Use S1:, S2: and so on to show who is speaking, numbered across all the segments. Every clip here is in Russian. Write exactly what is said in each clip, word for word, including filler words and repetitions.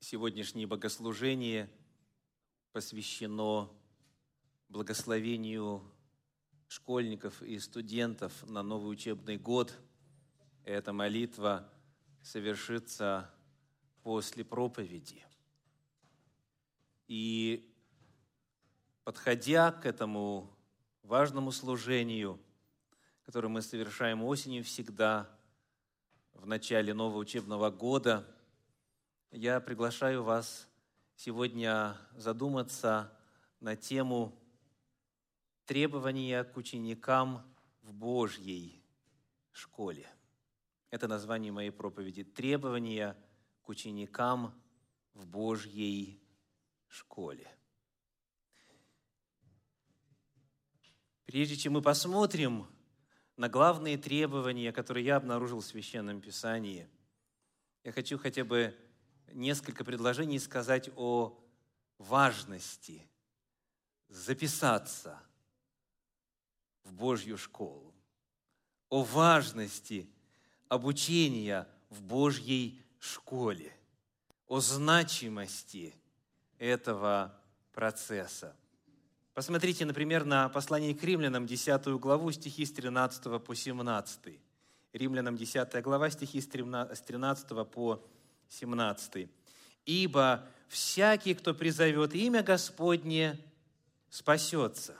S1: Сегодняшнее богослужение посвящено благословению школьников и студентов на новый учебный год. Эта молитва совершится после проповеди. И, подходя к этому важному служению, которое мы совершаем осенью всегда, в начале нового учебного года, я приглашаю вас сегодня задуматься на тему требования к ученикам в Божьей школе. Это название моей проповеди. Требования к ученикам в Божьей школе. Прежде чем мы посмотрим на главные требования, которые я обнаружил в Священном Писании, я хочу хотя бы несколько предложений сказать о важности записаться в Божью школу, о важности обучения в Божьей школе, о значимости этого процесса. Посмотрите, например, на послание к Римлянам, десятую главу, стихи с тринадцатого по семнадцатый. Римлянам, десятая глава, стихи с тринадцатого по семнадцатый. «Ибо всякий, кто призовет имя Господне, спасется.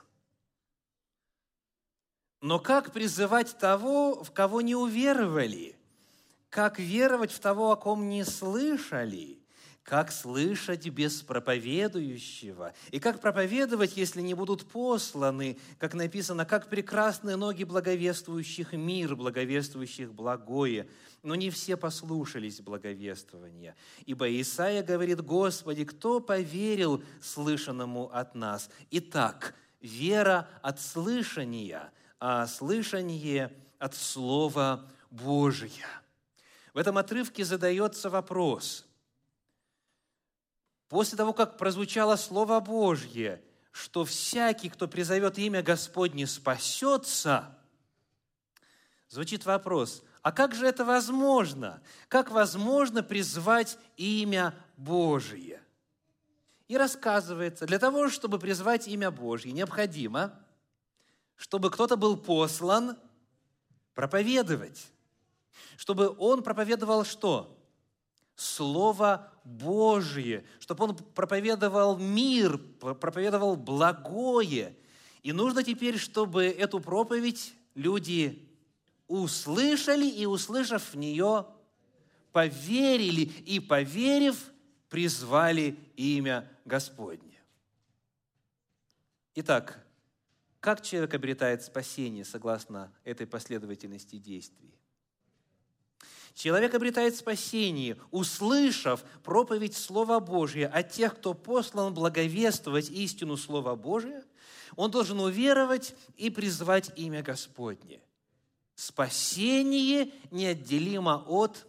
S1: Но как призывать того, в кого не уверовали? Как веровать в того, о ком не слышали? Как слышать без проповедующего? И как проповедовать, если не будут посланы? Как написано, как прекрасны ноги благовествующих мир, благовествующих благое. Но не все послушались благовествования. Ибо Исаия говорит: Господи, кто поверил слышанному от нас? Итак, вера от слышания, а слышание от Слова Божия». В этом отрывке задается вопрос. После того, как прозвучало Слово Божье, что всякий, кто призовет имя Господне, спасется, звучит вопрос: а как же это возможно? Как возможно призвать имя Божие? И рассказывается, для того, чтобы призвать имя Божье, необходимо, чтобы кто-то был послан проповедовать. Чтобы он проповедовал что? Слово Божие, чтобы он проповедовал мир, проповедовал благое. И нужно теперь, чтобы эту проповедь люди услышали и, услышав в нее, поверили и, поверив, призвали имя Господне. Итак, как человек обретает спасение согласно этой последовательности действий? Человек обретает спасение, услышав проповедь Слова Божия от тех, кто послан благовествовать истину Слова Божия. Он должен уверовать и призвать имя Господне. Спасение неотделимо от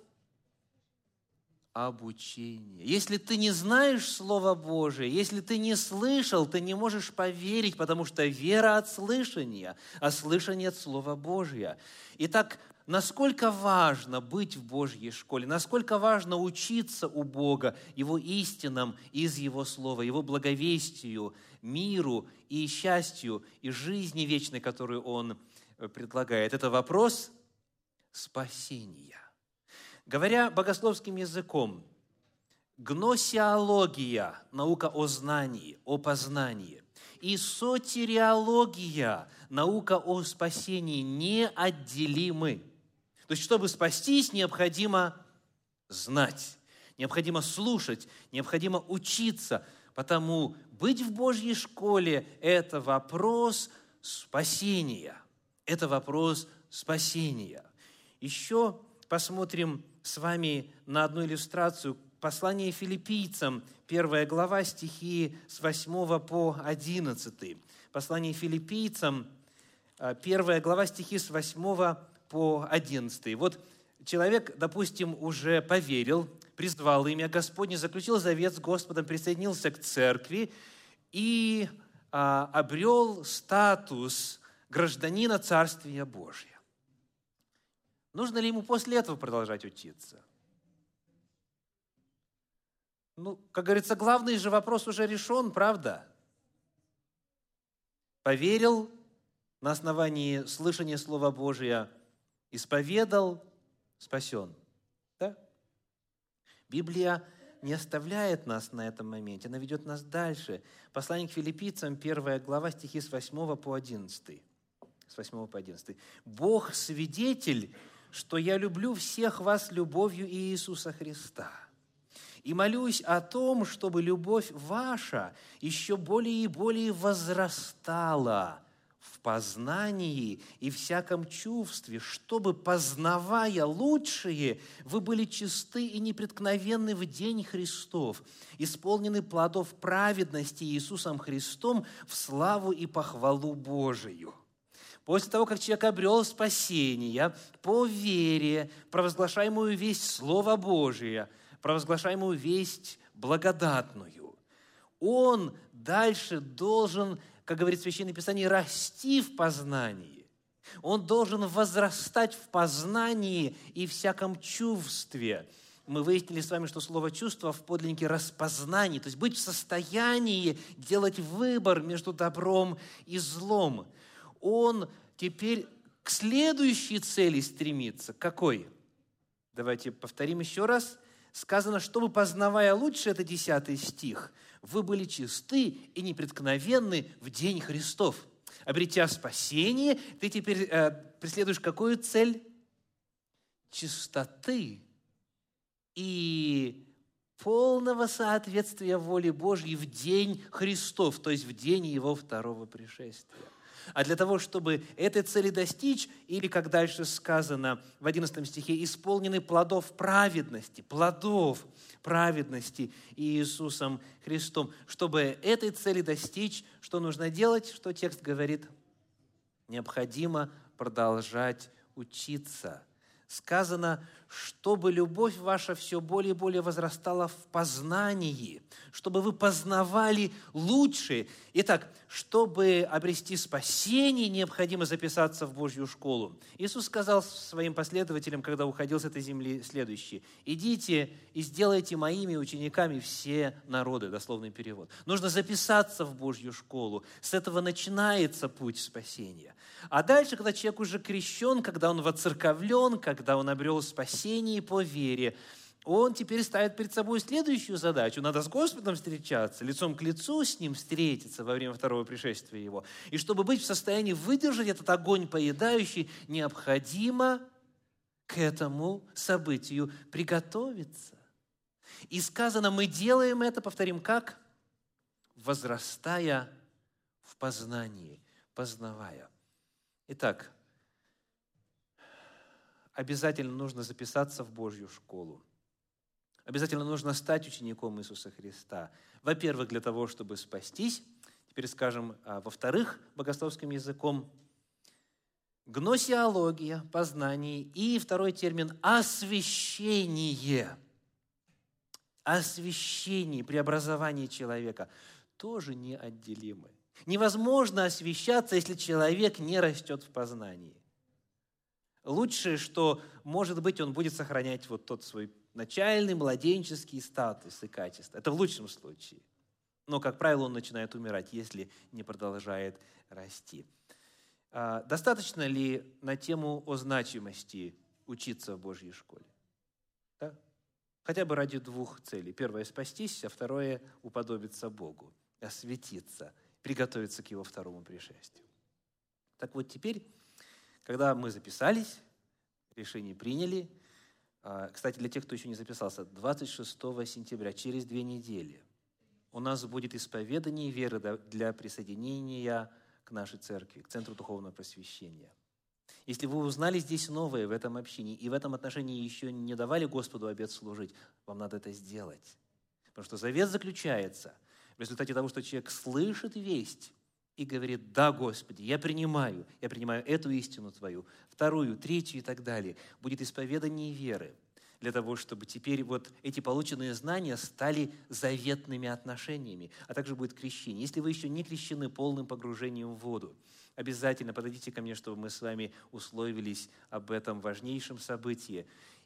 S1: обучения. Если ты не знаешь Слова Божие, если ты не слышал, ты не можешь поверить, потому что вера от слышания, а слышание от Слова Божия. Итак, насколько важно быть в Божьей школе, насколько важно учиться у Бога Его истинам из Его Слова, Его благовестию, миру и счастью, и жизни вечной, которую Он предлагает. Это вопрос спасения. Говоря богословским языком, гносеология, наука о знании, о познании, и сотериология, наука о спасении, неотделимы. То есть, чтобы спастись, необходимо знать, необходимо слушать, необходимо учиться. Потому быть в Божьей школе – это вопрос спасения. Это вопрос спасения. Еще посмотрим с вами на одну иллюстрацию. Послание Филиппийцам, первая глава, стихи с восьмого по одиннадцатый. Послание Филиппийцам, первая глава, стихи с восьмого по одиннадцатый. Вот человек, допустим, уже поверил, призвал имя Господне, заключил завет с Господом, присоединился к церкви и а, обрел статус гражданина Царствия Божия. Нужно ли ему после этого продолжать учиться? Ну, как говорится, главный же вопрос уже решен, правда? Поверил на основании слышания Слова Божия, исповедал, спасен. Да? Библия не оставляет нас на этом моменте, она ведет нас дальше. Послание к Филиппийцам, первая глава, стихи с восьмого по одиннадцатый. С восьмого по одиннадцатый. «Бог свидетель, что я люблю всех вас любовью Иисуса Христа. И молюсь о том, чтобы любовь ваша еще более и более возрастала в познании и всяком чувстве, чтобы, познавая лучшее, вы были чисты и непреткновенны в день Христов, исполнены плодов праведности Иисусом Христом в славу и похвалу Божию». После того, как человек обрел спасение по вере, провозглашаемую весть Слова Божия, провозглашаемую весть благодатную, он дальше должен, как говорит Священное Писание, расти в познании. Он должен возрастать в познании и всяком чувстве. Мы выяснили с вами, что слово «чувство» в подлиннике «распознание», то есть быть в состоянии делать выбор между добром и злом. Он теперь к следующей цели стремится. Какой? Давайте повторим еще раз. Сказано, чтобы, познавая лучше, это десятый стих, вы были чисты и непреткновенны в день Христов. Обретя спасение, ты теперь э, преследуешь какую цель? Чистоты и полного соответствия воле Божьей в день Христов, то есть в день Его второго пришествия. А для того, чтобы этой цели достичь, или, как дальше сказано в одиннадцатом стихе, исполнены плодов праведности, плодов праведности Иисусом Христом. Чтобы этой цели достичь, что нужно делать? Что текст говорит? Необходимо продолжать учиться. Сказано, чтобы любовь ваша все более и более возрастала в познании, чтобы вы познавали лучше. Итак, чтобы обрести спасение, необходимо записаться в Божью школу. Иисус сказал своим последователям, когда уходил с этой земли, следующее: «Идите и сделайте моими учениками все народы», дословный перевод. Нужно записаться в Божью школу. С этого начинается путь спасения. А дальше, когда человек уже крещен, когда он воцерковлен, когда он обрел спасение по вере, он теперь ставит перед собой следующую задачу. Надо с Господом встречаться, лицом к лицу с Ним встретиться во время второго пришествия Его. И чтобы быть в состоянии выдержать этот огонь поедающий, необходимо к этому событию приготовиться. И сказано, мы делаем это, повторим, как? Возрастая в познании, познавая. Итак, обязательно нужно записаться в Божью школу. Обязательно нужно стать учеником Иисуса Христа. Во-первых, для того, чтобы спастись. Теперь скажем, во-вторых, богословским языком, гносеология, познание. И второй термин – освящение. Освящение, преобразование человека тоже неотделимы. Невозможно освящаться, если человек не растет в познании. Лучшее, что, может быть, он будет сохранять вот тот свой начальный младенческий статус и качество. Это в лучшем случае. Но, как правило, он начинает умирать, если не продолжает расти. Достаточно ли на тему о значимости учиться в Божьей школе? Да? Хотя бы ради двух целей. Первое – спастись, а второе – уподобиться Богу, осветиться, приготовиться к Его второму пришествию. Так вот, теперь, когда мы записались, решение приняли, кстати, для тех, кто еще не записался, двадцать шестого сентября, через две недели, у нас будет исповедание веры для присоединения к нашей церкви, к Центру Духовного Просвещения. Если вы узнали здесь новое в этом общении и в этом отношении еще не давали Господу обет служить, вам надо это сделать. Потому что завет заключается в результате того, что человек слышит весть и говорит: «Да, Господи, я принимаю, я принимаю эту истину Твою, вторую, третью и так далее». Будет исповедание веры для того, чтобы теперь вот эти полученные знания стали заветными отношениями, а также будет крещение. Если вы еще не крещены полным погружением в воду, обязательно подойдите ко мне, чтобы мы с вами условились об этом важнейшем событии.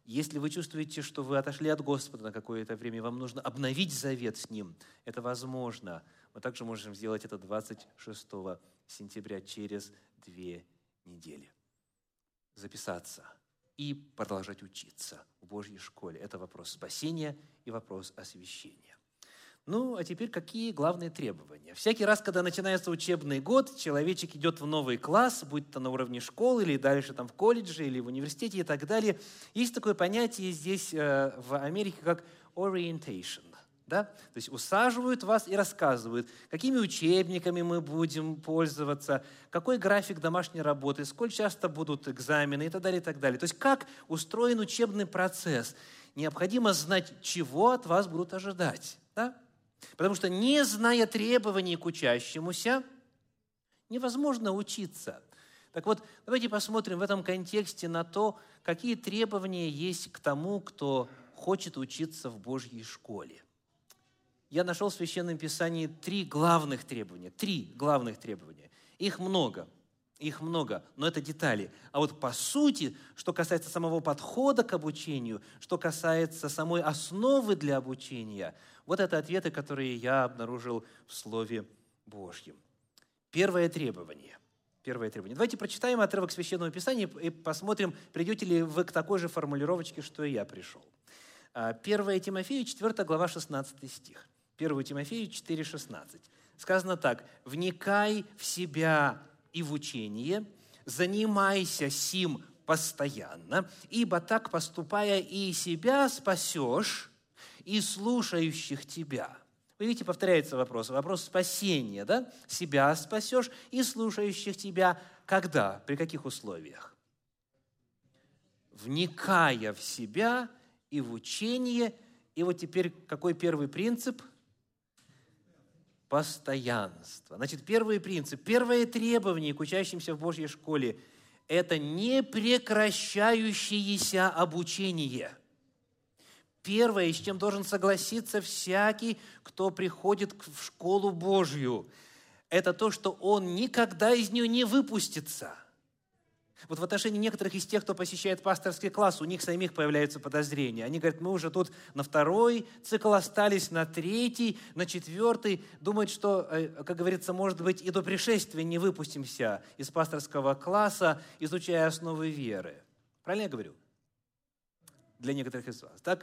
S1: Если вы чувствуете, что вы отошли от Господа на какое-то время, вам нужно обновить завет с Ним, это возможно. Мы также можем сделать это двадцать шестого сентября, через две недели. Записаться и продолжать учиться в Божьей школе. Это вопрос спасения и вопрос освящения. Ну, а теперь какие главные требования? Всякий раз, когда начинается учебный год, человечек идет в новый класс, будь то на уровне школы или дальше там в колледже или в университете и так далее. Есть такое понятие здесь э, в Америке, как orientation. Да? То есть усаживают вас и рассказывают, какими учебниками мы будем пользоваться, какой график домашней работы, сколь часто будут экзамены и так далее, и так далее. То есть как устроен учебный процесс. Необходимо знать, чего от вас будут ожидать. Да? Потому что, не зная требований к учащемуся, невозможно учиться. Так вот, давайте посмотрим в этом контексте на то, какие требования есть к тому, кто хочет учиться в Божьей школе. Я нашел в Священном Писании три главных требования. Три главных требования. Их много. Их много, но это детали. А вот по сути, что касается самого подхода к обучению, что касается самой основы для обучения, вот это ответы, которые я обнаружил в Слове Божьем. Первое требование. Первое требование. Давайте прочитаем отрывок Священного Писания и посмотрим, придете ли вы к такой же формулировочке, что и я пришел. первое Тимофею, четвёртая глава, шестнадцатый стих. первое Тимофею четыре шестнадцать. Сказано так: «Вникай в себя и в учение, занимайся сим постоянно, ибо так, поступая, и себя спасешь, и слушающих тебя». Вы видите, повторяется вопрос. Вопрос спасения, да? Себя спасешь и слушающих тебя. Когда? При каких условиях? Вникая в себя и в учение. И вот теперь какой первый принцип? Постоянство. Значит, первый принцип, первое требование к учащимся в Божьей школе – это непрекращающееся обучение. Первое, с чем должен согласиться всякий, кто приходит в школу Божью, это то, что он никогда из нее не выпустится. Вот в отношении некоторых из тех, кто посещает пасторский класс, у них самих появляются подозрения. Они говорят, мы уже тут на второй цикл остались, на третий, на четвертый. Думают, что, как говорится, может быть, и до пришествия не выпустимся из пасторского класса, изучая основы веры. Правильно я говорю? Для некоторых из вас, так?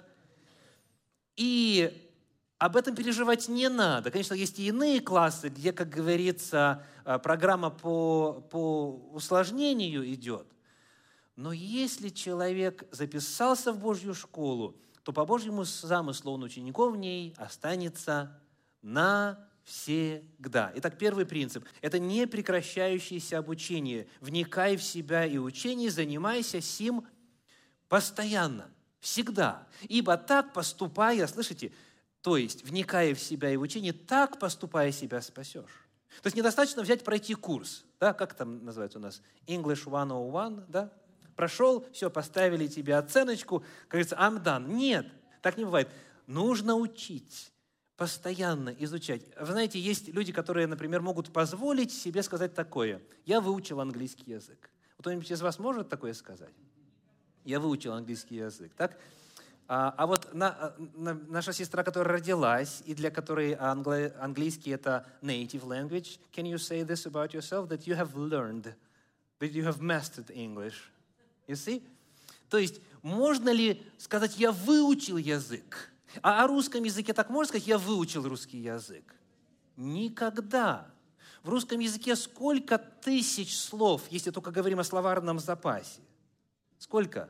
S1: И об этом переживать не надо. Конечно, есть и иные классы, где, как говорится, программа по, по усложнению идет. Но если человек записался в Божью школу, то по Божьему замыслу он учеником в ней останется навсегда. Итак, первый принцип – это непрекращающееся обучение. Вникай в себя и учение, занимайся сим постоянно, всегда. Ибо так поступая, слышите, то есть, вникая в себя и в учение, так, поступая, себя спасешь. То есть, недостаточно взять, пройти курс. Да? Как там называется у нас? English сто один, да? Прошел, все, поставили тебе оценочку, как говорится, I'm done. Нет, так не бывает. Нужно учить, постоянно изучать. Вы знаете, есть люди, которые, например, могут позволить себе сказать такое. Я выучил английский язык. Кто-нибудь из вас может такое сказать? Я выучил английский язык, так? А, а вот на, на, наша сестра, которая родилась, и для которой англи, английский – это native language, can you say this about yourself, that you have learned, that you have mastered English? You see? То есть, можно ли сказать, я выучил язык? А о русском языке так можно сказать, я выучил русский язык? Никогда. В русском языке сколько тысяч слов, если только говорим о словарном запасе? Сколько?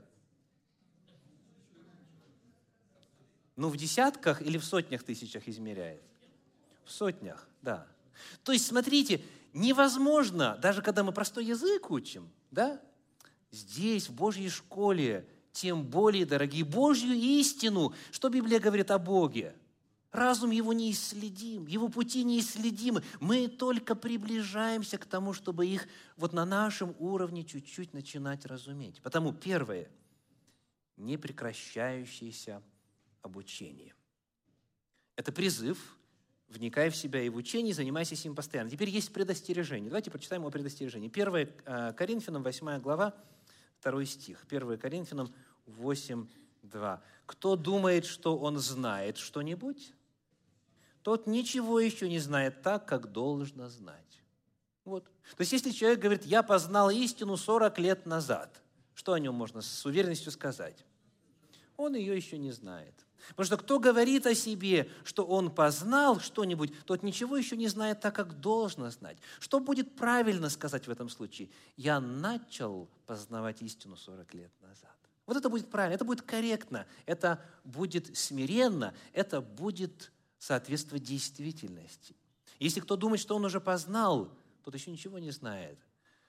S1: Ну, в десятках или в сотнях тысячах измеряет? В сотнях, да. То есть, смотрите, невозможно, даже когда мы простой язык учим, да, здесь, в Божьей школе, тем более, дорогие, Божью истину, что Библия говорит о Боге? Разум его неисследим, его пути неисследимы. Мы только приближаемся к тому, чтобы их вот на нашем уровне чуть-чуть начинать разуметь. Потому первое – непрекращающееся обучение. Это призыв, вникай в себя и в учение, занимайся им постоянно. Теперь есть предостережение. Давайте прочитаем о предостережении. первое Коринфянам, восьмая глава, второй стих. первое Коринфянам восемь два. Кто думает, что он знает что-нибудь, тот ничего еще не знает так, как должно знать. Вот. То есть, если человек говорит, я познал истину сорок лет назад, что о нем можно с уверенностью сказать? Он ее еще не знает. Потому что кто говорит о себе, что он познал что-нибудь, тот ничего еще не знает так, как должно знать. Что будет правильно сказать в этом случае? Я начал познавать истину сорок лет назад. Вот это будет правильно, это будет корректно, это будет смиренно, это будет соответствовать действительности. Если кто думает, что он уже познал, тот еще ничего не знает.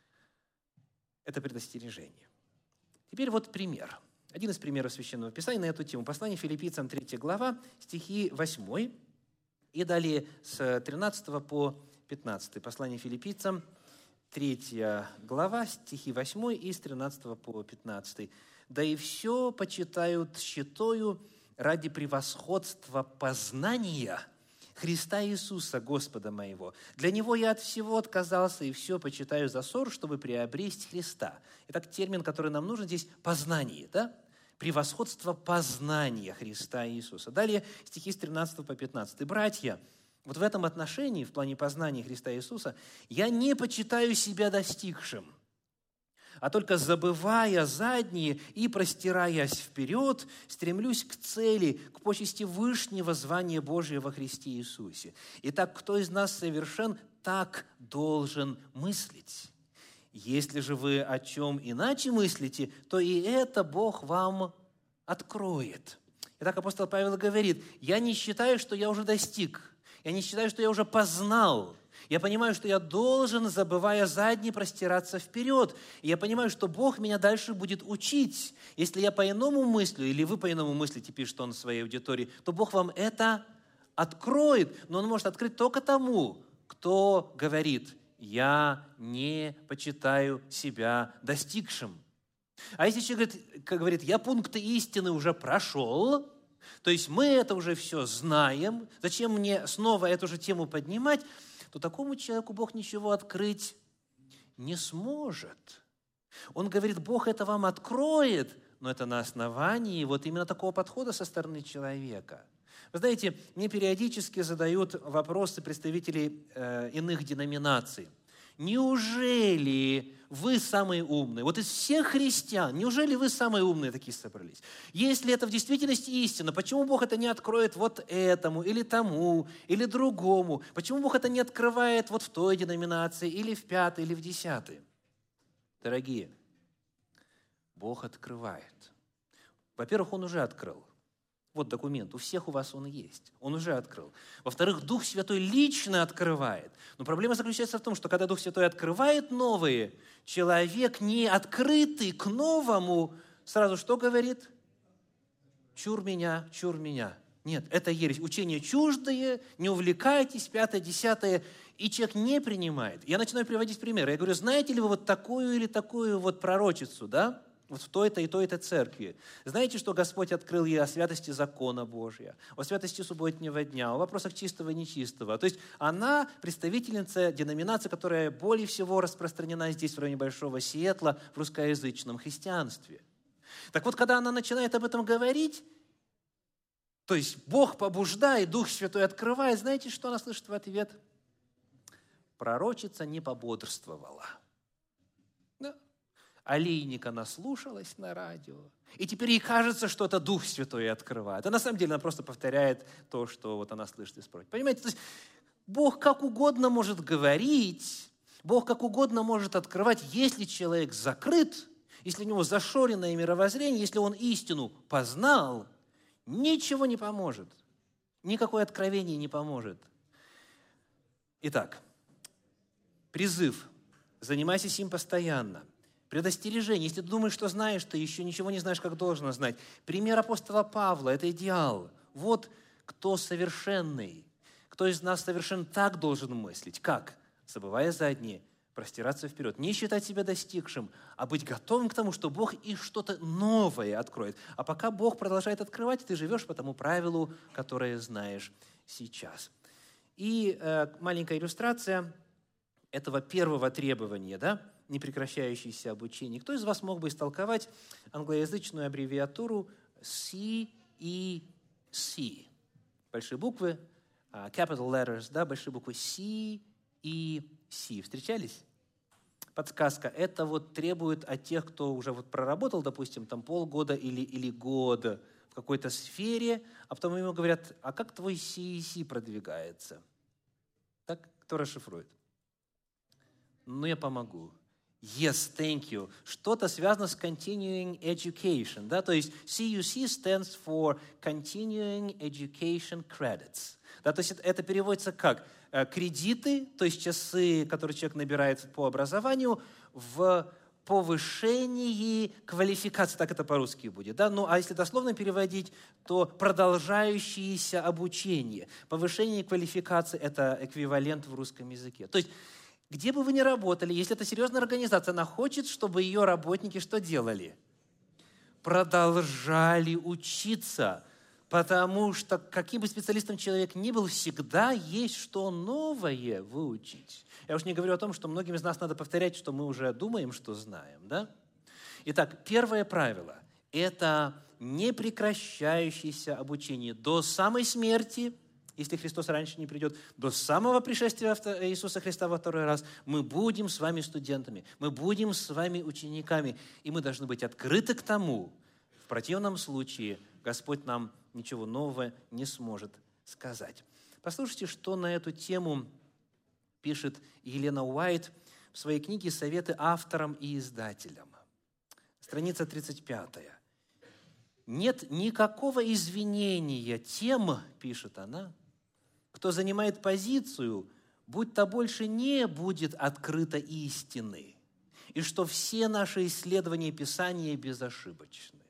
S1: Это предостережение. Теперь вот пример. Один из примеров Священного Писания на эту тему. Послание Филиппийцам, третья глава, стихи восьмой, и далее с тринадцатого по пятнадцатый. Послание Филиппийцам, третья глава, стихи восьмой и с тринадцатого по пятнадцатый. «Да и все почитают считаю ради превосходства познания Христа Иисуса, Господа моего. Для Него я от всего отказался, и все почитаю за ссор, чтобы приобрести Христа». Итак, термин, который нам нужен здесь – познание, да? Превосходство познания Христа Иисуса. Далее стихи с тринадцатого по пятнадцатый. «Братья, вот в этом отношении, в плане познания Христа Иисуса, я не почитаю себя достигшим, а только забывая задние и простираясь вперед, стремлюсь к цели, к почести вышнего звания Божия во Христе Иисусе. Итак, кто из нас совершен, так должен мыслить. Если же вы о чем иначе мыслите, то и это Бог вам откроет». Итак, апостол Павел говорит, я не считаю, что я уже достиг, я не считаю, что я уже познал. Я понимаю, что я должен, забывая задние, простираться вперед. И я понимаю, что Бог меня дальше будет учить. Если я по-иному мыслю, или вы по-иному мыслите, пишет он в своей аудитории, то Бог вам это откроет. Но Он может открыть только тому, кто говорит, я не почитаю себя достигшим. А если человек говорит, как говорит, я пункты истины уже прошел, то есть мы это уже все знаем, зачем мне снова эту же тему поднимать, то такому человеку Бог ничего открыть не сможет. Он говорит, Бог это вам откроет, но это на основании вот именно такого подхода со стороны человека. Вы знаете, мне периодически задают вопросы представители э, иных деноминаций. Неужели вы самые умные? Вот из всех христиан, неужели вы самые умные такие собрались? Если это в действительности истина, почему Бог это не откроет вот этому, или тому, или другому? Почему Бог это не открывает вот в той деноминации, или в пятой, или в десятой? Дорогие, Бог открывает. Во-первых, Он уже открыл. Вот документ, у всех у вас он есть, он уже открыл. Во-вторых, Дух Святой лично открывает. Но проблема заключается в том, что когда Дух Святой открывает новые, человек, не открытый к новому, сразу что говорит? Чур меня, чур меня. Нет, это ересь. Учение чуждое, не увлекайтесь, пятое, десятое. И человек не принимает. Я начинаю приводить примеры. Я говорю, знаете ли вы вот такую или такую вот пророчицу, да? Вот в той-то и той-то церкви. Знаете, что Господь открыл ей о святости закона Божия, о святости субботнего дня, о вопросах чистого и нечистого. То есть она представительница деноминации, которая более всего распространена здесь, в районе Большого Сиэтла, в русскоязычном христианстве. Так вот, когда она начинает об этом говорить, то есть Бог побуждает, Дух Святой открывает, знаете, что она слышит в ответ? Пророчица не пободрствовала. Да. Олейника наслушалась на радио, и теперь ей кажется, что это Дух Святой открывает. А на самом деле она просто повторяет то, что вот она слышит из прочего. Понимаете, то есть Бог как угодно может говорить, Бог как угодно может открывать, если человек закрыт, если у него зашоренное мировоззрение, если он истину познал, ничего не поможет, никакое откровение не поможет. Итак, призыв, занимайся им постоянно. Предостережение. Если ты думаешь, что знаешь, ты еще ничего не знаешь, как должно знать. Пример апостола Павла – это идеал. Вот кто совершенный. Кто из нас совершен, так должен мыслить. Как? Забывая задние, простираться вперед. Не считать себя достигшим, а быть готовым к тому, что Бог и что-то новое откроет. А пока Бог продолжает открывать, ты живешь по тому правилу, которое знаешь сейчас. И э, маленькая иллюстрация этого первого требования, да? Непрекращающееся обучение. Кто из вас мог бы истолковать англоязычную аббревиатуру си и си. Большие буквы, capital letters, да, большие буквы си и си. Встречались? Подсказка. Это вот требует от тех, кто уже вот проработал, допустим, там полгода или, или год в какой-то сфере, а потом ему говорят, а как твой си и си продвигается? Так? Кто расшифрует? Ну, я помогу. Yes, thank you. Что-то связано с continuing education, да, то есть си ю си stands for Continuing Education Credits. Да, то есть это, это переводится как кредиты, то есть часы, которые человек набирает по образованию, в повышении квалификации, так это по-русски будет. Да? Ну, а если дословно переводить, то продолжающееся обучение. Повышение квалификации – это эквивалент в русском языке. То есть где бы вы ни работали, если это серьезная организация, она хочет, чтобы ее работники что делали? Продолжали учиться. Потому что каким бы специалистом человек ни был, всегда есть что новое выучить. Я уж не говорю о том, что многим из нас надо повторять, что мы уже думаем, что знаем. Да? Итак, первое правило – это непрекращающееся обучение до самой смерти, если Христос раньше не придет, до самого пришествия Иисуса Христа во второй раз. Мы будем с вами студентами, мы будем с вами учениками, и мы должны быть открыты к тому. В противном случае Господь нам ничего нового не сможет сказать. Послушайте, что на эту тему пишет Елена Уайт в своей книге «Советы авторам и издателям». Страница тридцать пятая. «Нет никакого извинения тем, — пишет она, — кто занимает позицию, будь то больше не будет открыто истины, и что все наши исследования Писания безошибочны.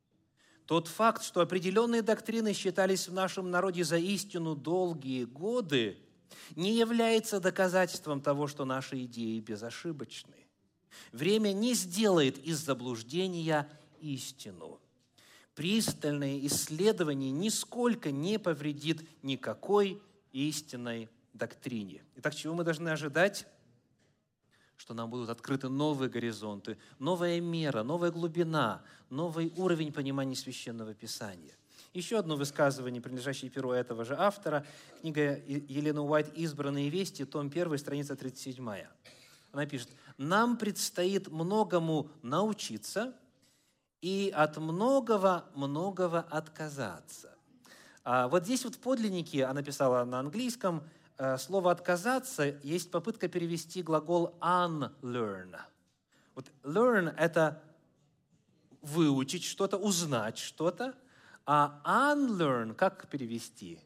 S1: Тот факт, что определенные доктрины считались в нашем народе за истину долгие годы, не является доказательством того, что наши идеи безошибочны. Время не сделает из заблуждения истину. Пристальное исследование нисколько не повредит никакой истинной доктрине». Итак, чего мы должны ожидать? Что нам будут открыты новые горизонты, новая мера, новая глубина, новый уровень понимания Священного Писания. Еще одно высказывание, принадлежащее перу этого же автора, книга Елены Уайт «Избранные вести», том один, страница тридцать семь. Она пишет: «Нам предстоит многому научиться и от многого-многого отказаться». А вот здесь вот в подлиннике, она писала на английском, слово «отказаться» есть попытка перевести глагол unlearn. Вот learn – это выучить что-то, узнать что-то, а unlearn как перевести?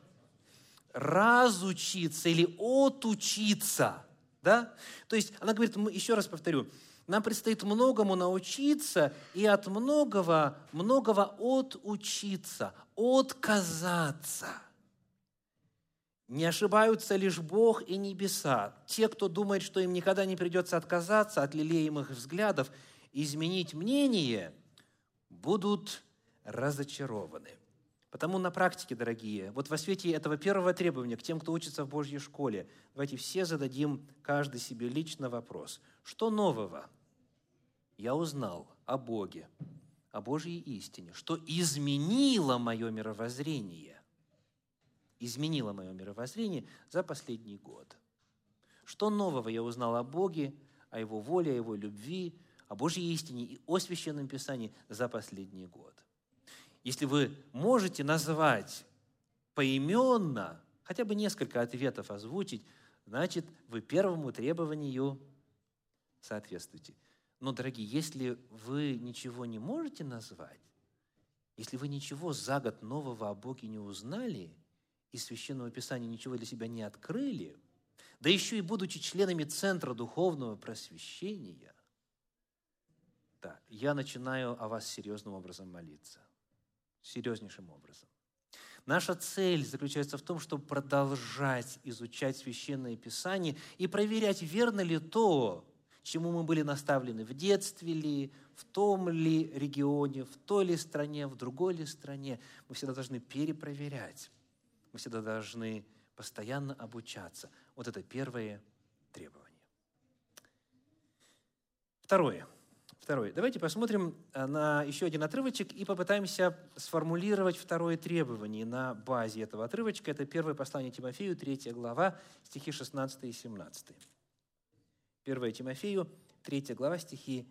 S1: Разучиться или отучиться. Да? То есть она говорит, еще раз повторю, нам предстоит многому научиться и от многого, многого отучиться, отказаться. Не ошибаются лишь Бог и небеса. Те, кто думает, что им никогда не придется отказаться от лелеемых взглядов, изменить мнение, будут разочарованы. Потому на практике, дорогие, вот во свете этого первого требования к тем, кто учится в Божьей школе, давайте все зададим каждый себе лично вопрос. Что нового я узнал о Боге, о Божьей истине? Что изменило мое мировоззрение? изменило мое мировоззрение за последний год. Что нового я узнал о Боге, о Его воле, о Его любви, о Божьей истине и о Священном Писании за последний год? Если вы можете назвать поименно, хотя бы несколько ответов озвучить, значит, вы первому требованию соответствуете. Но, дорогие, если вы ничего не можете назвать, если вы ничего за год нового о Боге не узнали, из Священного Писания ничего для себя не открыли, да еще и будучи членами Центра Духовного Просвещения, да, я начинаю о вас серьезным образом молиться. Серьезнейшим образом. Наша цель заключается в том, чтобы продолжать изучать Священное Писание и проверять, верно ли то, чему мы были наставлены в детстве ли, в том ли регионе, в той ли стране, в другой ли стране. Мы всегда должны перепроверять. Мы всегда должны постоянно обучаться. Вот это первое требование. Второе. Второй. Давайте посмотрим на еще один отрывочек и попытаемся сформулировать второе требование на базе этого отрывочка. Это первое послание Тимофею, третья глава, стихи шестнадцатый и семнадцатый. первое Тимофею, третья глава, стихи...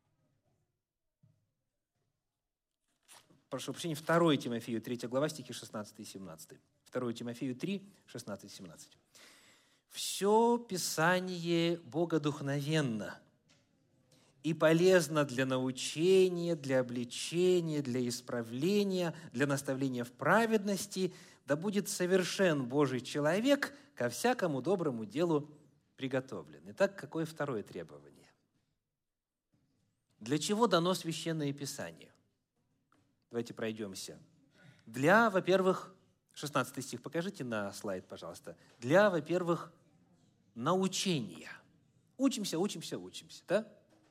S1: Прошу прощения, второе Тимофею, третья глава, стихи шестнадцатый и семнадцатый. второе Тимофею три, шестнадцать и семнадцать. «Все Писание богодухновенно и полезно для научения, для обличения, для исправления, для наставления в праведности, да будет совершен Божий человек, ко всякому доброму делу приготовлен». Итак, какое второе требование? Для чего дано Священное Писание? Давайте пройдемся. Для, во-первых, шестнадцатый стих, покажите на слайд, пожалуйста. Для, во-первых, научения. Учимся, учимся, учимся, да?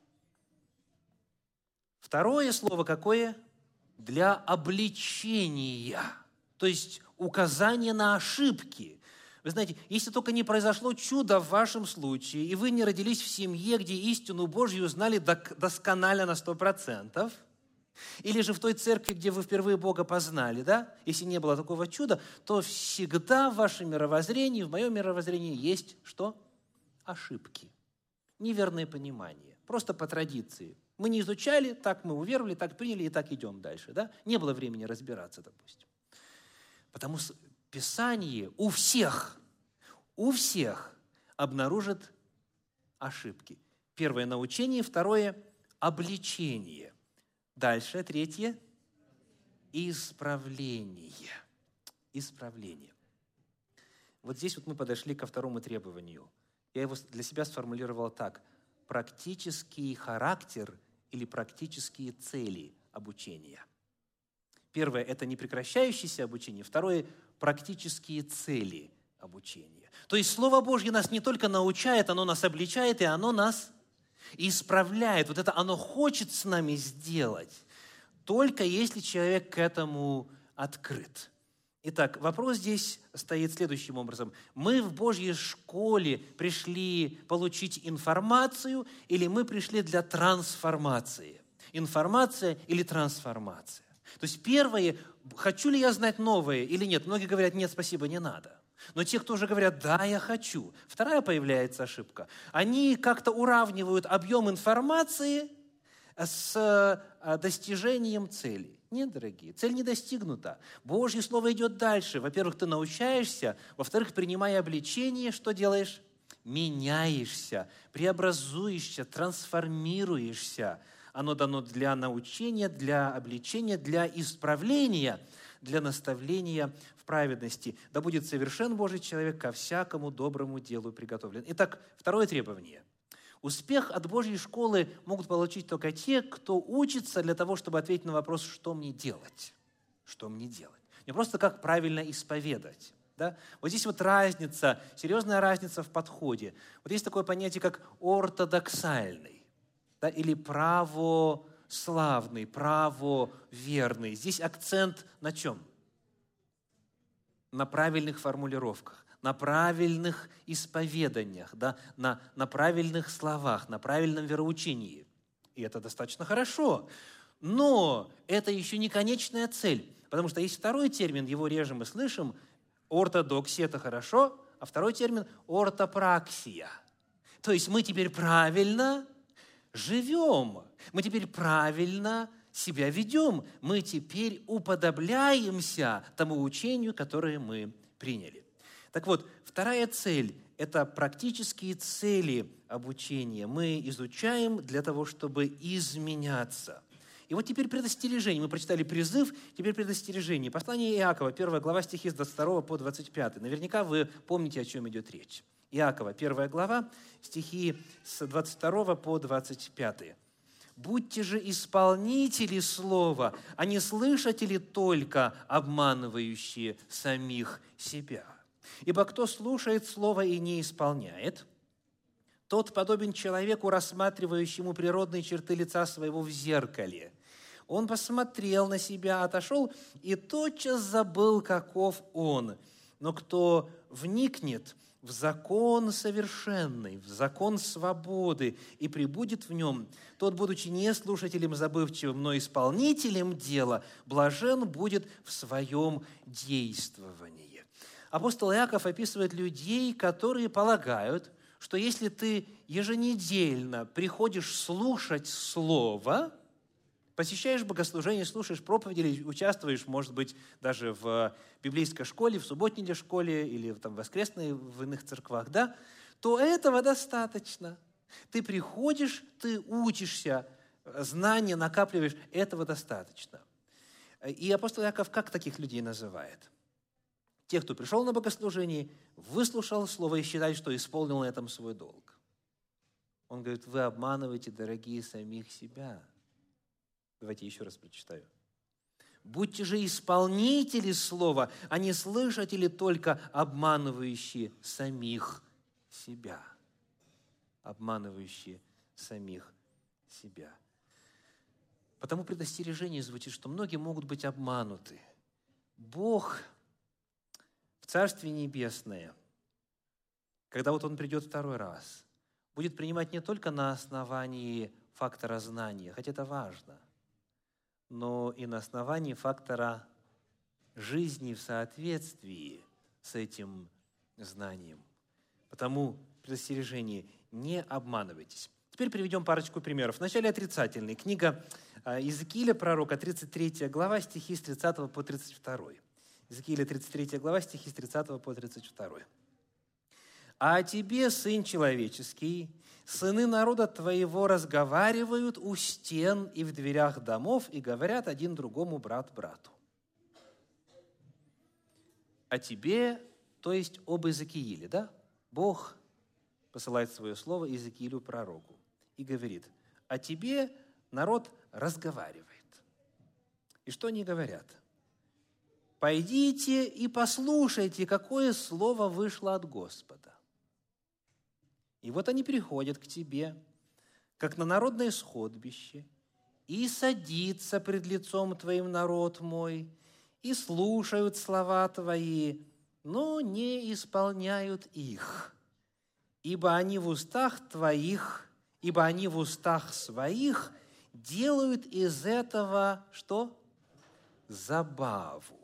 S1: Второе слово какое? Для обличения, то есть указание на ошибки. Вы знаете, если только не произошло чудо в вашем случае, и вы не родились в семье, где истину Божью знали досконально на сто процентов, или же в той церкви, где вы впервые Бога познали, да? Если не было такого чуда, то всегда в вашем мировоззрении, в моем мировоззрении есть что? Ошибки, неверное понимание, просто по традиции. Мы не изучали, так мы уверовали, так приняли и так идем дальше. Да? Не было времени разбираться, допустим. Потому что Писание у всех, у всех обнаружит ошибки. Первое – научение, второе – обличение. Дальше, третье – исправление. Исправление. Вот здесь вот мы подошли ко второму требованию. Я его для себя сформулировал так. Практический характер или практические цели обучения. Первое – это непрекращающееся обучение. Второе – практические цели обучения. То есть Слово Божье нас не только научает, оно нас обличает, и оно нас исправляет. Вот это оно хочет с нами сделать, только если человек к этому открыт. Итак, вопрос здесь стоит следующим образом. Мы в Божьей школе пришли получить информацию или мы пришли для трансформации? Информация или трансформация? То есть первое, хочу ли я знать новое или нет? Многие говорят, нет, спасибо, не надо. Но те, кто уже говорят, да, я хочу. Вторая появляется ошибка. Они как-то уравнивают объем информации с достижением цели. Нет, дорогие, цель не достигнута. Божье Слово идет дальше. Во-первых, ты научаешься. Во-вторых, принимая обличение, что делаешь? Меняешься, преобразуешься, трансформируешься. Оно дано для научения, для обличения, для исправления, для наставления в праведности. Да будет совершен Божий человек, ко всякому доброму делу приготовлен. Итак, второе требование. Успех от Божьей школы могут получить только те, кто учится для того, чтобы ответить на вопрос, что мне делать. Что мне делать? Не просто как правильно исповедать. Да? Вот здесь вот разница, серьезная разница в подходе. Вот есть такое понятие, как ортодоксальный, да, или православный, правоверный. Здесь акцент на чем? На правильных формулировках, на правильных исповеданиях, да, на, на правильных словах, на правильном вероучении. И это достаточно хорошо. Но это еще не конечная цель. Потому что есть второй термин, его реже мы слышим. Ортодоксия – это хорошо, а второй термин – ортопраксия. То есть мы теперь правильно живем, мы теперь правильно себя ведем, мы теперь уподобляемся тому учению, которое мы приняли. Так вот, вторая цель – это практические цели обучения. Мы изучаем для того, чтобы изменяться. И вот теперь предостережение. Мы прочитали призыв, теперь предостережение. Послание Иакова, первая глава, стихи с двадцать второго по двадцать пятый. Наверняка вы помните, о чем идет речь. Иакова, первая глава, стихи с двадцать второго по двадцать пятый. «Будьте же исполнители слова, а не слышатели только, обманывающие самих себя. Ибо кто слушает слово и не исполняет, тот подобен человеку, рассматривающему природные черты лица своего в зеркале. Он посмотрел на себя, отошел и тотчас забыл, каков он. но кто вникнет в закон совершенный, в закон свободы и пребудет в нем, тот, будучи не слушателем забывчивым, но исполнителем дела, блажен будет в своем действовании». Апостол Иаков описывает людей, которые полагают, что если ты еженедельно приходишь слушать Слово, посещаешь богослужение, слушаешь проповеди или участвуешь, может быть, даже в библейской школе, в субботней школе или там, в воскресной, в иных церквах, да, то этого достаточно. Ты приходишь, ты учишься, знания накапливаешь, этого достаточно. И апостол Иаков как таких людей называет? Тех, кто пришел на богослужение, выслушал Слово и считает, что исполнил на этом свой долг. Он говорит: вы обманываете, дорогие, самих себя. Давайте еще раз прочитаю. «Будьте же исполнители слова, а не слышатели только, обманывающие самих себя». Обманывающие самих себя. Потому предостережение звучит, что многие могут быть обмануты. Бог в Царстве Небесное, когда вот Он придет второй раз, будет принимать не только на основании фактора знания, хотя это важно, но и на основании фактора жизни в соответствии с этим знанием. Потому предостережение: не обманывайтесь. Теперь приведем парочку примеров. Вначале отрицательный. Книга Иезекииля, пророка, тридцать третья глава, стихи с тридцатого по тридцать второй. Иезекииля, тридцать третья глава, стихи с тридцатого по тридцать второй. «А о тебе, сын человеческий, сыны народа твоего разговаривают у стен и в дверях домов и говорят один другому брат брату». О тебе, то есть об Иезекииле, да? Бог посылает свое слово Иезекиилю, пророку, и говорит: о тебе народ разговаривает. И что они говорят? «Пойдите и послушайте, какое слово вышло от Господа». И вот они приходят к тебе, как на народное сходбище, и садится пред лицом твоим народ мой, и слушают слова твои, но не исполняют их. Ибо они в устах твоих, ибо они в устах своих делают из этого что? Забаву.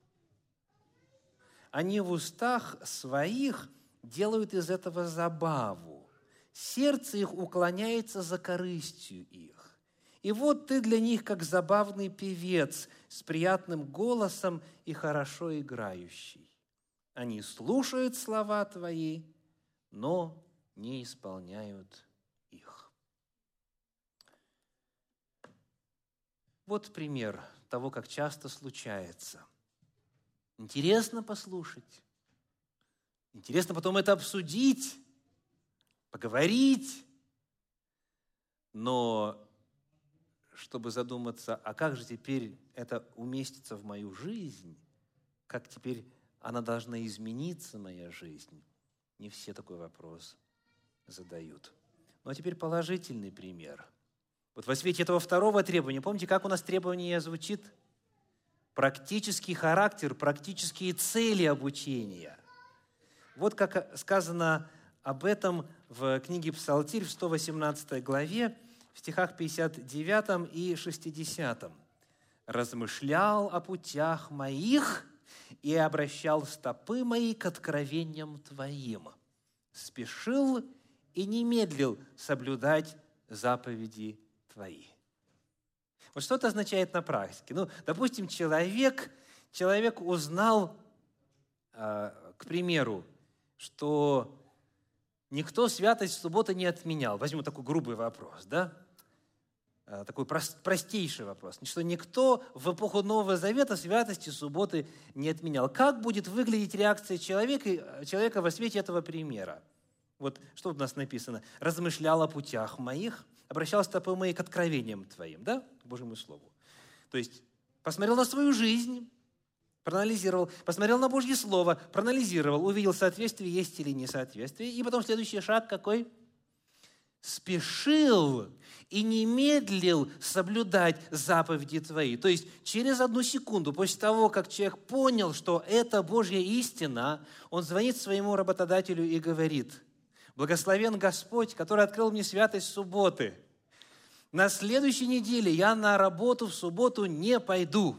S1: Они в устах своих делают из этого забаву. Сердце их уклоняется за корыстью их. И вот ты для них как забавный певец с приятным голосом и хорошо играющий. Они слушают слова твои, но не исполняют их. Вот пример того, как часто случается. Интересно послушать, интересно потом это обсудить, поговорить, но чтобы задуматься, а как же теперь это уместится в мою жизнь, как теперь она должна измениться, моя жизнь, не все такой вопрос задают. Ну а теперь положительный пример. Вот во свете этого второго требования, помните, как у нас требование звучит? Практический характер, практические цели обучения. Вот как сказано об этом в книге Псалтирь в сто восемнадцатой главе, в стихах пятьдесят девятом и шестидесятом. «Размышлял о путях моих и обращал стопы мои к откровениям твоим. Спешил и не медлил соблюдать заповеди твои». Вот что это означает на практике? Ну, допустим, человек, человек узнал, к примеру, что никто святость в субботу не отменял. Возьму такой грубый вопрос, да? Такой простейший вопрос. Что никто в эпоху Нового Завета святости субботы не отменял. Как будет выглядеть реакция человека, человека во свете этого примера? Вот что у нас написано. «Размышлял о путях моих, обращал стопы мои к откровениям твоим», да, к Божьему Слову. То есть посмотрел на свою жизнь, проанализировал, посмотрел на Божье Слово, проанализировал, увидел, соответствие есть или несоответствие. И потом следующий шаг какой? спешил и не медлил соблюдать заповеди Твои. То есть через одну секунду, после того, как человек понял, что это Божья истина, он звонит своему работодателю и говорит: «Благословен Господь, который открыл мне святость субботы. На следующей неделе я на работу в субботу не пойду».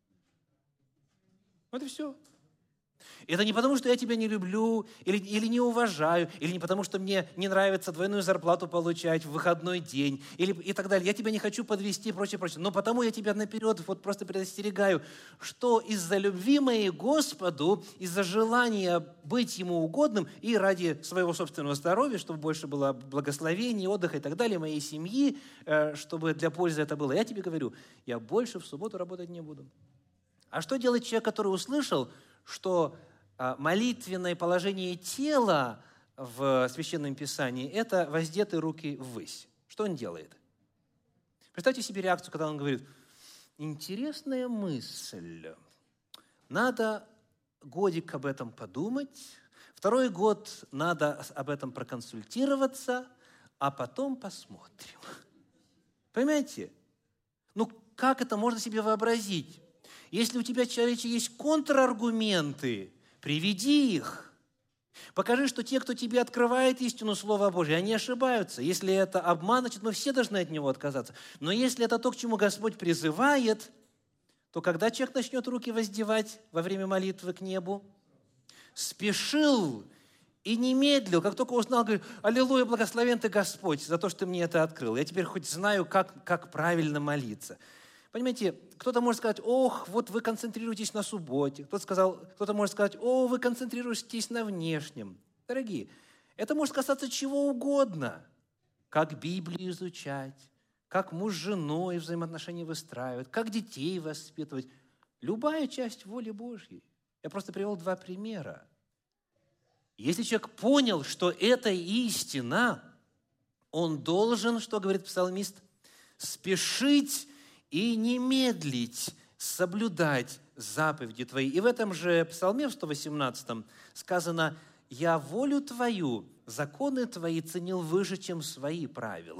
S1: Вот и все. Это не потому, что я тебя не люблю, или, или не уважаю, или не потому, что мне не нравится двойную зарплату получать в выходной день, или, и так далее. Я тебя не хочу подвести и прочее, прочее. Но потому я тебя наперед вот просто предостерегаю, что из-за любви моей Господу, из-за желания быть Ему угодным и ради своего собственного здоровья, чтобы больше было благословения, отдыха и так далее, моей семьи, чтобы для пользы это было, я тебе говорю, я больше в субботу работать не буду. А что делает человек, который услышал, что молитвенное положение тела в Священном Писании – это воздетые руки ввысь? Что он делает? Представьте себе реакцию, когда он говорит: интересная мысль, надо годик об этом подумать, второй год надо об этом проконсультироваться, а потом посмотрим. Понимаете? Ну, как это можно себе вообразить? Если у тебя, человече, есть контраргументы, приведи их. Покажи, что те, кто тебе открывает истину Слова Божия, они ошибаются. Если это обман, значит, мы все должны от него отказаться. Но если это то, к чему Господь призывает, то когда человек начнет руки воздевать во время молитвы к небу? Спешил и не медлил. Как только узнал, говорит: «Аллилуйя, благословен ты, Господь, за то, что ты мне это открыл. Я теперь хоть знаю, как, как правильно молиться». Понимаете, кто-то может сказать: ох, вот вы концентрируетесь на субботе. Кто-то, сказал, кто-то может сказать: о, вы концентрируетесь на внешнем. Дорогие, это может касаться чего угодно. Как Библию изучать, как муж с женой взаимоотношения выстраивать, как детей воспитывать. Любая часть воли Божьей. Я просто привел два примера. Если человек понял, что это истина, он должен, что говорит псалмист, спешить и не медлить соблюдать заповеди Твои. И в этом же псалме, в сто восемнадцатом, сказано: «Я волю Твою, законы Твои ценил выше, чем свои правила».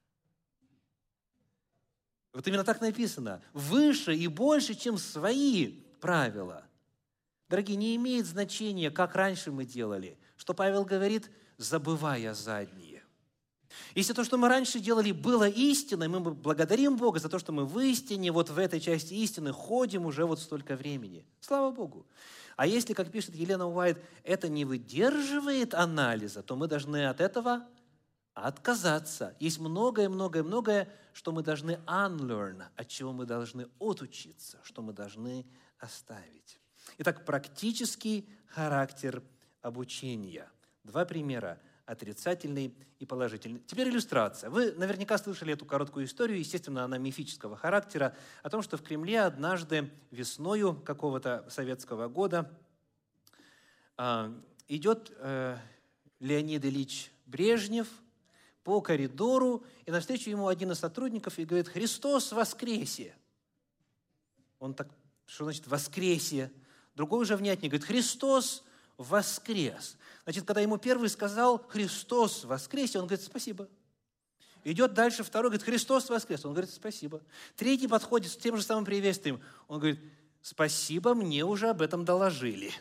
S1: Вот именно так написано. Выше и больше, чем свои правила. Дорогие, не имеет значения, как раньше мы делали. Что Павел говорит: забывая задние. Если то, что мы раньше делали, было истиной, мы благодарим Бога за то, что мы в истине, вот в этой части истины ходим уже вот столько времени. Слава Богу. А если, как пишет Елена Уайт, это не выдерживает анализа, то мы должны от этого отказаться. Есть многое-многое-многое, что мы должны unlearn, от чего мы должны отучиться, что мы должны оставить. Итак, практический характер обучения. Два примера. Отрицательный и положительный. Теперь иллюстрация. Вы наверняка слышали эту короткую историю, естественно, она мифического характера, о том, что в Кремле однажды весною какого-то советского года э, идет э, Леонид Ильич Брежнев по коридору, и навстречу ему один из сотрудников и говорит: «Христос воскресе!» Он так: что значит воскресе? Другой уже внятнее говорит: «Христос воскрес!» Значит, когда ему первый сказал: «Христос воскресе!», он говорит: «Спасибо». Идет дальше второй, говорит: «Христос воскрес!», он говорит: «Спасибо». Третий подходит с тем же самым приветствием, он говорит: «Спасибо, мне уже об этом доложили».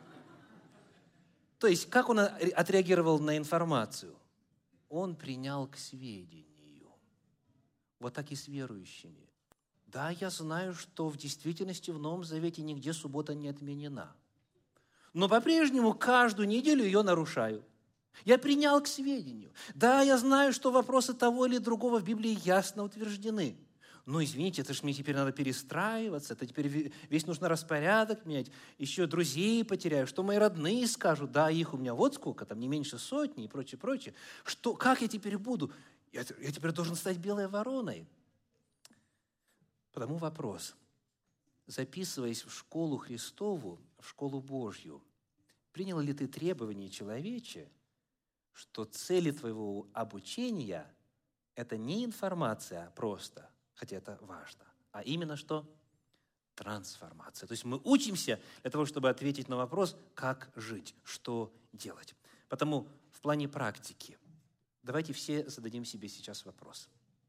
S1: То есть, как он отреагировал на информацию? Он принял к сведению. Вот так и с верующими. Да, я знаю, что в действительности в Новом Завете нигде суббота не отменена. Но по-прежнему каждую неделю ее нарушаю. Я принял к сведению. Да, я знаю, что вопросы того или другого в Библии ясно утверждены. Но, извините, это же мне теперь надо перестраиваться, это теперь весь нужно распорядок менять, еще друзей потеряю, что мои родные скажут, да, их у меня вот сколько, там не меньше сотни и прочее, прочее. Что, как я теперь буду? Я, я теперь должен стать белой вороной. Потому вопрос. Записываясь в школу Христову, в школу Божью, принял ли ты требования человече, что цели твоего обучения – это не информация просто, хотя это важно, а именно что? Трансформация. То есть мы учимся для того, чтобы ответить на вопрос, как жить, что делать. Потому в плане практики Давайте все зададим себе сейчас вопрос.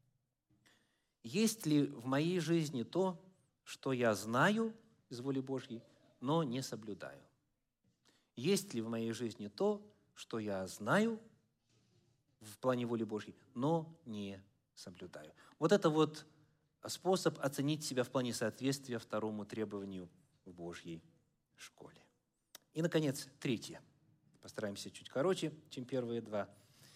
S1: Есть ли в моей жизни то, что я знаю из воли Божьей, но не соблюдаю? Есть ли в моей жизни то, что я знаю в плане воли Божьей, но не соблюдаю? Вот это вот способ оценить себя в плане соответствия второму требованию в Божьей школе. И, наконец, третье. Постараемся чуть короче, чем первые два.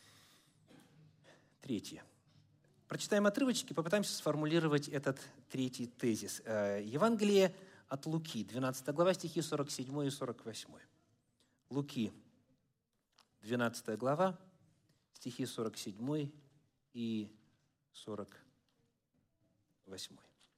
S1: Третье. Прочитаем отрывочки, попытаемся сформулировать этот третий тезис. Евангелие от Луки, двенадцатая глава, стихи сорок семь и сорок восемь. Луки, двенадцатая глава, стихи сорок семь и сорок восемь.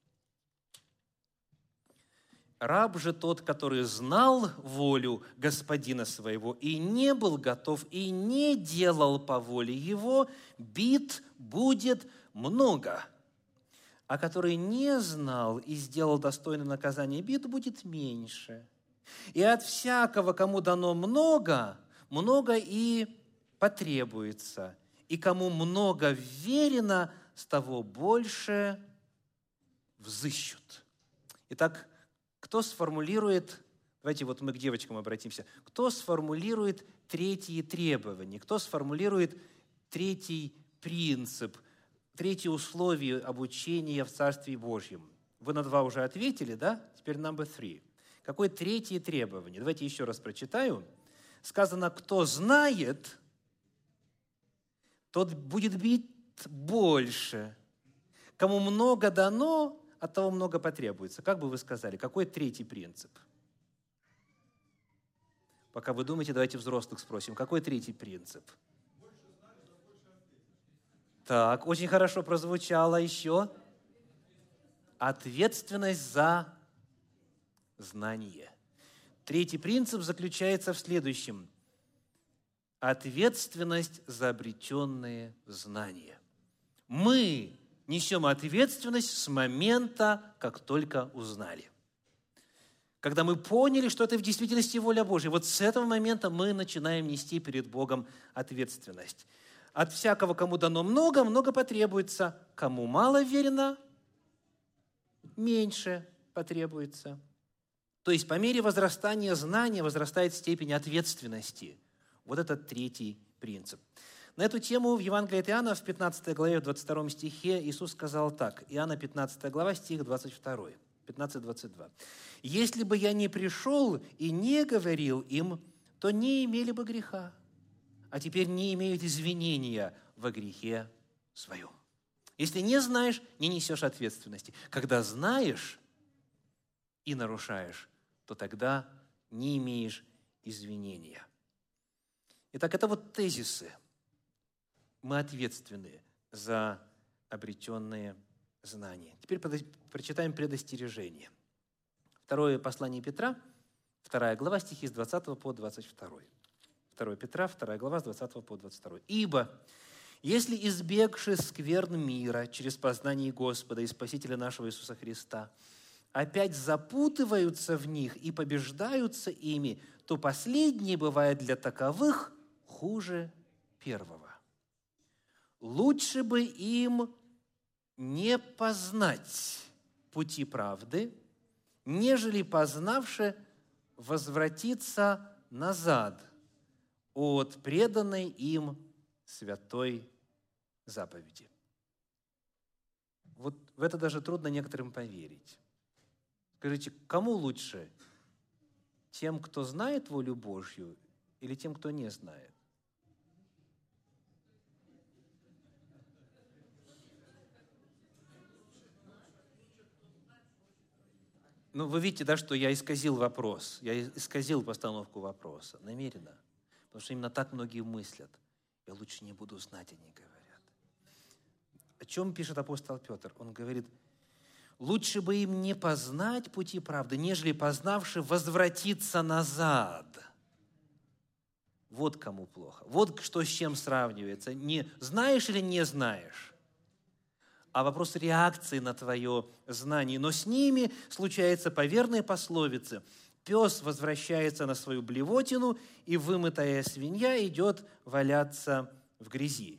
S1: «Раб же тот, который знал волю господина своего и не был готов, и не делал по воле его, бит будет много. А который не знал и сделал достойное наказание, бит будет меньше. И от всякого, кому дано много, много и потребуется. И кому много верено, с того больше взыщут». Итак, кто сформулирует, давайте вот мы к девочкам обратимся, кто сформулирует третьи требования, кто сформулирует третий принцип, третье условие обучения в Царстве Божьем? Вы на два уже ответили, да? Теперь number three. Какое третье требование? Давайте еще раз прочитаю. Сказано, кто знает, тот будет бить больше. Кому много дано, от того много потребуется. Как бы вы сказали, какой третий принцип? Пока вы думаете, давайте взрослых спросим. Какой третий принцип? Так, очень хорошо прозвучало еще. Ответственность за знание. Третий принцип заключается в следующем. Ответственность за обретенные знания. Мы несем ответственность с момента, как только узнали. Когда мы поняли, что это в действительности воля Божья, вот с этого момента мы начинаем нести перед Богом ответственность. От всякого, кому дано много, много потребуется. Кому мало верено, меньше потребуется. То есть по мере возрастания знания возрастает степень ответственности. Вот это третий принцип. На эту тему в Евангелии от Иоанна в пятнадцатой главе, в двадцать втором стихе Иисус сказал так. Иоанна пятнадцатая глава, стих двадцать два. пятнадцать двадцать два. «Если бы я не пришел и не говорил им, то не имели бы греха, а теперь не имеют извинения во грехе своем». Если не знаешь, не несешь ответственности. Когда знаешь и нарушаешь, то тогда не имеешь извинения. Итак, это вот тезисы. Мы ответственны за обретенные знания. Теперь прочитаем предостережение. Второе послание Петра, вторая глава, стихи с двадцатого по двадцать второй. Второе Петра, вторая глава, с двадцатого по двадцать второй. «Ибо, если избегши скверн мира через познание Господа и Спасителя нашего Иисуса Христа, опять запутываются в них и побеждаются ими, то последнее бывает для таковых хуже первого. Лучше бы им не познать пути правды, нежели познавши возвратиться назад от преданной им святой заповеди». Вот в это даже трудно некоторым поверить. Скажите, кому лучше? Тем, кто знает волю Божью, или тем, кто не знает? Ну, вы видите, да, что я исказил вопрос, я исказил постановку вопроса намеренно, потому что именно так многие мыслят. Я лучше не буду знать, они говорят. О чем пишет апостол Петр? Он говорит, лучше бы им не познать пути правды, нежели познавши возвратиться назад. Вот кому плохо. Вот что с чем сравнивается. Не знаешь или не знаешь, а вопрос реакции на твое знание. Но с ними случается по верной пословице. Пес возвращается на свою блевотину, и вымытая свинья идет валяться в грязи.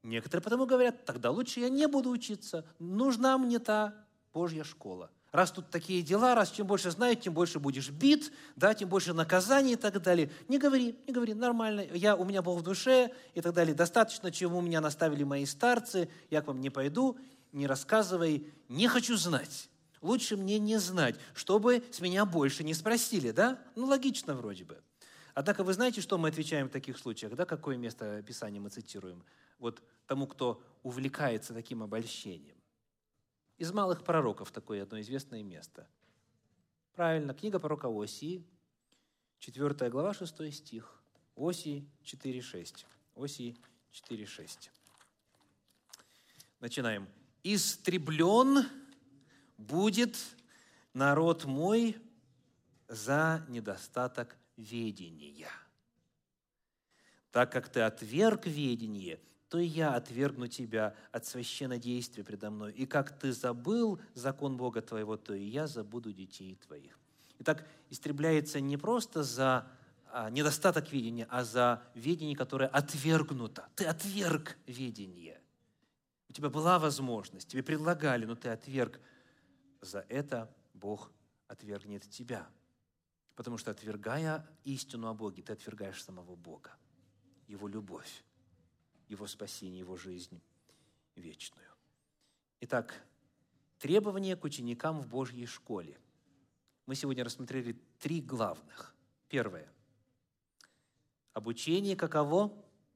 S1: Некоторые потому говорят, тогда лучше я не буду учиться, нужна мне та Божья школа. Раз тут такие дела, раз чем больше знаешь, тем больше будешь бит, да, тем больше наказаний и так далее. Не говори, не говори, нормально, я, у меня Бог в душе и так далее. Достаточно, чему меня наставили мои старцы, я к вам не пойду, не рассказывай, не хочу знать. Лучше мне не знать, чтобы с меня больше не спросили, да? Ну, логично вроде бы. Однако вы знаете, что мы отвечаем в таких случаях, да? Какое место Писания мы цитируем? Вот тому, кто увлекается таким обольщением. Из малых пророков такое одно известное место. Правильно, книга пророка Осии, четвёртая глава, шестой стих. Осии четыре шесть. Осии четыре шесть. Начинаем. «Истреблен будет народ мой за недостаток ведения. Так как ты отверг ведение, то и я отвергну тебя от священнодействия предо мной. И как ты забыл закон Бога твоего, то и я забуду детей твоих». Итак, истребляется не просто за а, недостаток ведения, а за ведение, которое отвергнуто. Ты отверг ведение. У тебя была возможность, тебе предлагали, но ты отверг. За это Бог отвергнет тебя. Потому что, отвергая истину о Боге, ты отвергаешь самого Бога, Его любовь, Его спасение, Его жизнь вечную. Итак, требования к ученикам в Божьей школе. Мы сегодня рассмотрели три главных. Первое. Обучение каково?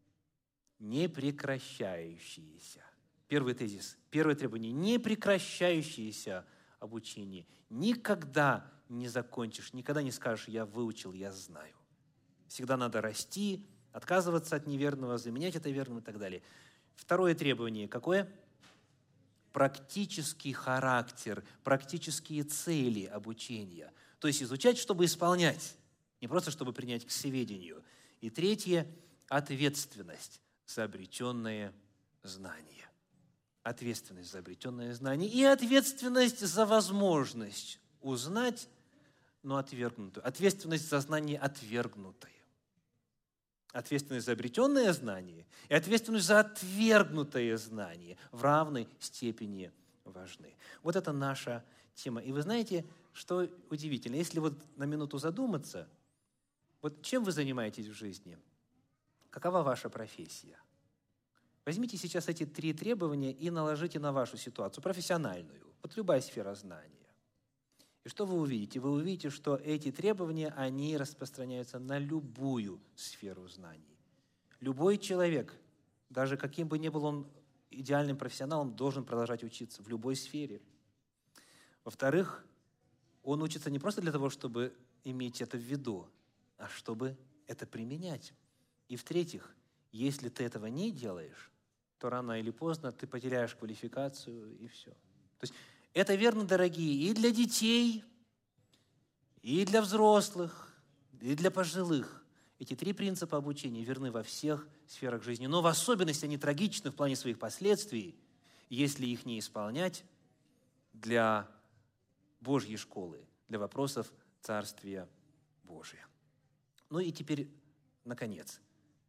S1: Непрекращающееся. Первый тезис. Первое требование. Непрекращающееся обучение. Никогда не закончишь, никогда не скажешь: я выучил, я знаю. Всегда надо расти, отказываться от неверного, заменять это верным и так далее. Второе требование какое? Практический характер, практические цели обучения. То есть изучать, чтобы исполнять, не просто чтобы принять к сведению. И третье – ответственность за обретенное знание. Ответственность за обретенное знание и ответственность за возможность узнать, но отвергнутую. Ответственность за знание отвергнутое. Ответственность за обретенное знание и ответственность за отвергнутое знание в равной степени важны. Вот это наша тема. И вы знаете, что удивительно? Если вот на минуту задуматься, вот чем вы занимаетесь в жизни? Какова ваша профессия? Возьмите сейчас эти три требования и наложите на вашу ситуацию, профессиональную, вот любая сфера знания. И что вы увидите? Вы увидите, что эти требования, они распространяются на любую сферу знаний. Любой человек, даже каким бы ни был он идеальным профессионалом, должен продолжать учиться в любой сфере. Во-вторых, он учится не просто для того, чтобы иметь это в виду, а чтобы это применять. И в-третьих, если ты этого не делаешь, то рано или поздно ты потеряешь квалификацию, и все. То есть это верно, дорогие, и для детей, и для взрослых, и для пожилых. Эти три принципа обучения верны во всех сферах жизни, но в особенности они трагичны в плане своих последствий, если их не исполнять для Божьей школы, для вопросов Царствия Божия. Ну и теперь, наконец,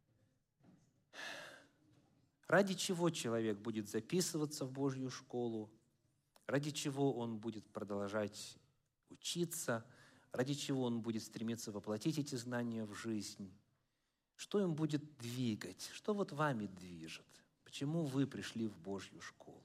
S1: ради чего человек будет записываться в Божью школу, ради чего он будет продолжать учиться, ради чего он будет стремиться воплотить эти знания в жизнь, что им будет двигать, что вот вами движет, почему вы пришли в Божью школу.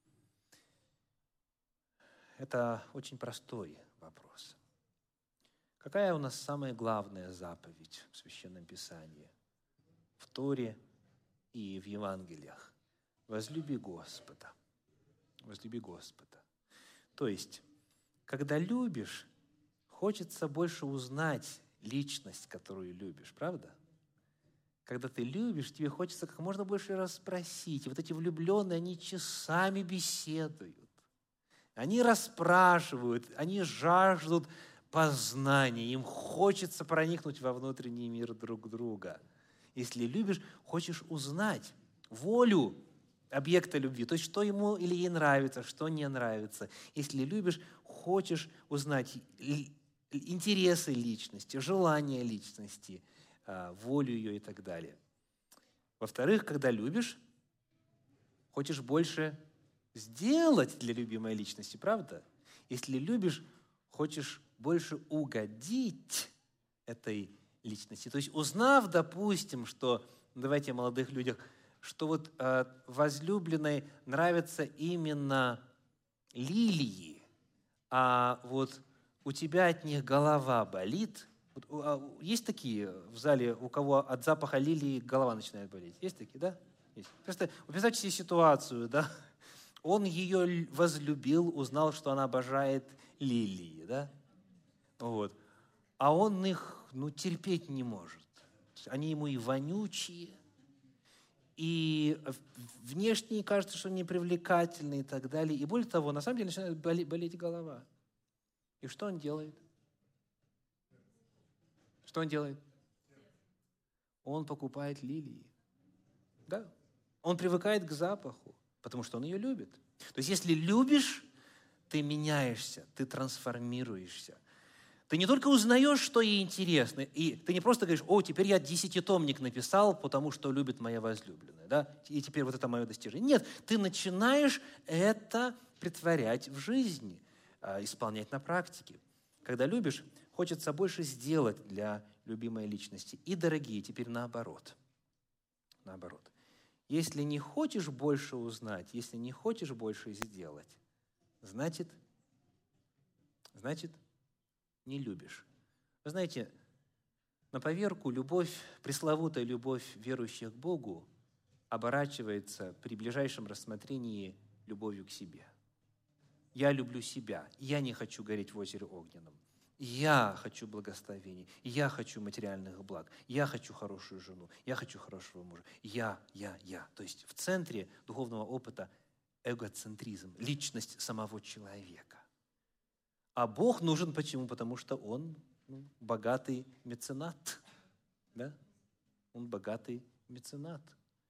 S1: Это очень простой вопрос. Какая у нас самая главная заповедь в Священном Писании, в Торе и в Евангелиях? Возлюби Господа. Возлюби Господа. То есть, когда любишь, хочется больше узнать личность, которую любишь, правда? Когда ты любишь, тебе хочется как можно больше расспросить. И вот эти влюбленные, они часами беседуют. Они расспрашивают, они жаждут познания. Им хочется проникнуть во внутренний мир друг друга. Если любишь, хочешь узнать волю объекта любви, то есть что ему или ей нравится, что не нравится. Если любишь, хочешь узнать интересы личности, желания личности, волю ее и так далее. Во-вторых, когда любишь, хочешь больше сделать для любимой личности, правда? Если любишь, хочешь больше угодить этой личности. То есть узнав, допустим, что, давайте о молодых людях, что вот э, возлюбленной нравятся именно лилии, а вот у тебя от них голова болит. Вот, а, есть такие в зале, у кого от запаха лилии голова начинает болеть? Есть такие, да? Есть. Просто представьте себе ситуацию, да? Он ее возлюбил, узнал, что она обожает лилии, да? Вот. А он их, ну, терпеть не может. Они ему и вонючие, и внешне кажется, что непривлекательные и так далее. И более того, на самом деле начинает болеть, болеть голова. И что он делает? Что он делает? Он покупает лилии. Да. Он привыкает к запаху, потому что он ее любит. То есть если любишь, ты меняешься, ты трансформируешься. Ты не только узнаешь, что ей интересно, и ты не просто говоришь: о, теперь я десятитомник написал, потому что любит моя возлюбленная, да? И теперь вот это мое достижение. Нет, ты начинаешь это претворять в жизнь, исполнять на практике. Когда любишь, хочется больше сделать для любимой личности. И, дорогие, теперь наоборот. Наоборот. Если не хочешь больше узнать, если не хочешь больше сделать, значит, значит, не любишь. Вы знаете, на поверку любовь, пресловутая любовь верующих к Богу оборачивается при ближайшем рассмотрении любовью к себе. Я люблю себя, я не хочу гореть в озере огненном. Я хочу благословений, я хочу материальных благ, я хочу хорошую жену, я хочу хорошего мужа. Я, я, я. То есть в центре духовного опыта эгоцентризм, личность самого человека. А Бог нужен почему? Потому что Он ну, богатый меценат. Да? Он богатый меценат.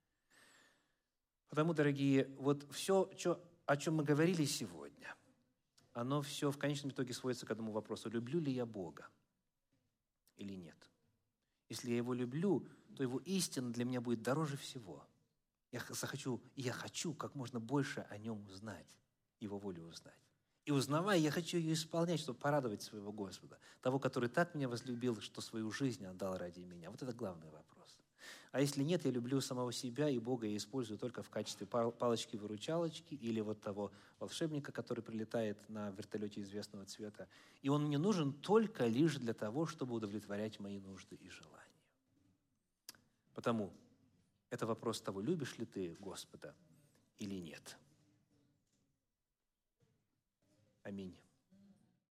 S1: Потому, дорогие, вот все, о чем мы говорили сегодня, оно все в конечном итоге сводится к одному вопросу. Люблю ли я Бога или нет? Если я Его люблю, то Его истина для меня будет дороже всего. Я захочу, и я хочу как можно больше о Нем узнать, Его волю узнать. И узнавая, я хочу ее исполнять, чтобы порадовать своего Господа, того, который так меня возлюбил, что свою жизнь отдал ради меня. Вот это главный вопрос. А если нет, я люблю самого себя, и Бога я использую только в качестве палочки-выручалочки или вот того волшебника, который прилетает на вертолете известного цвета. И он мне нужен только лишь для того, чтобы удовлетворять мои нужды и желания. Потому это вопрос того, любишь ли ты Господа или нет. Аминь.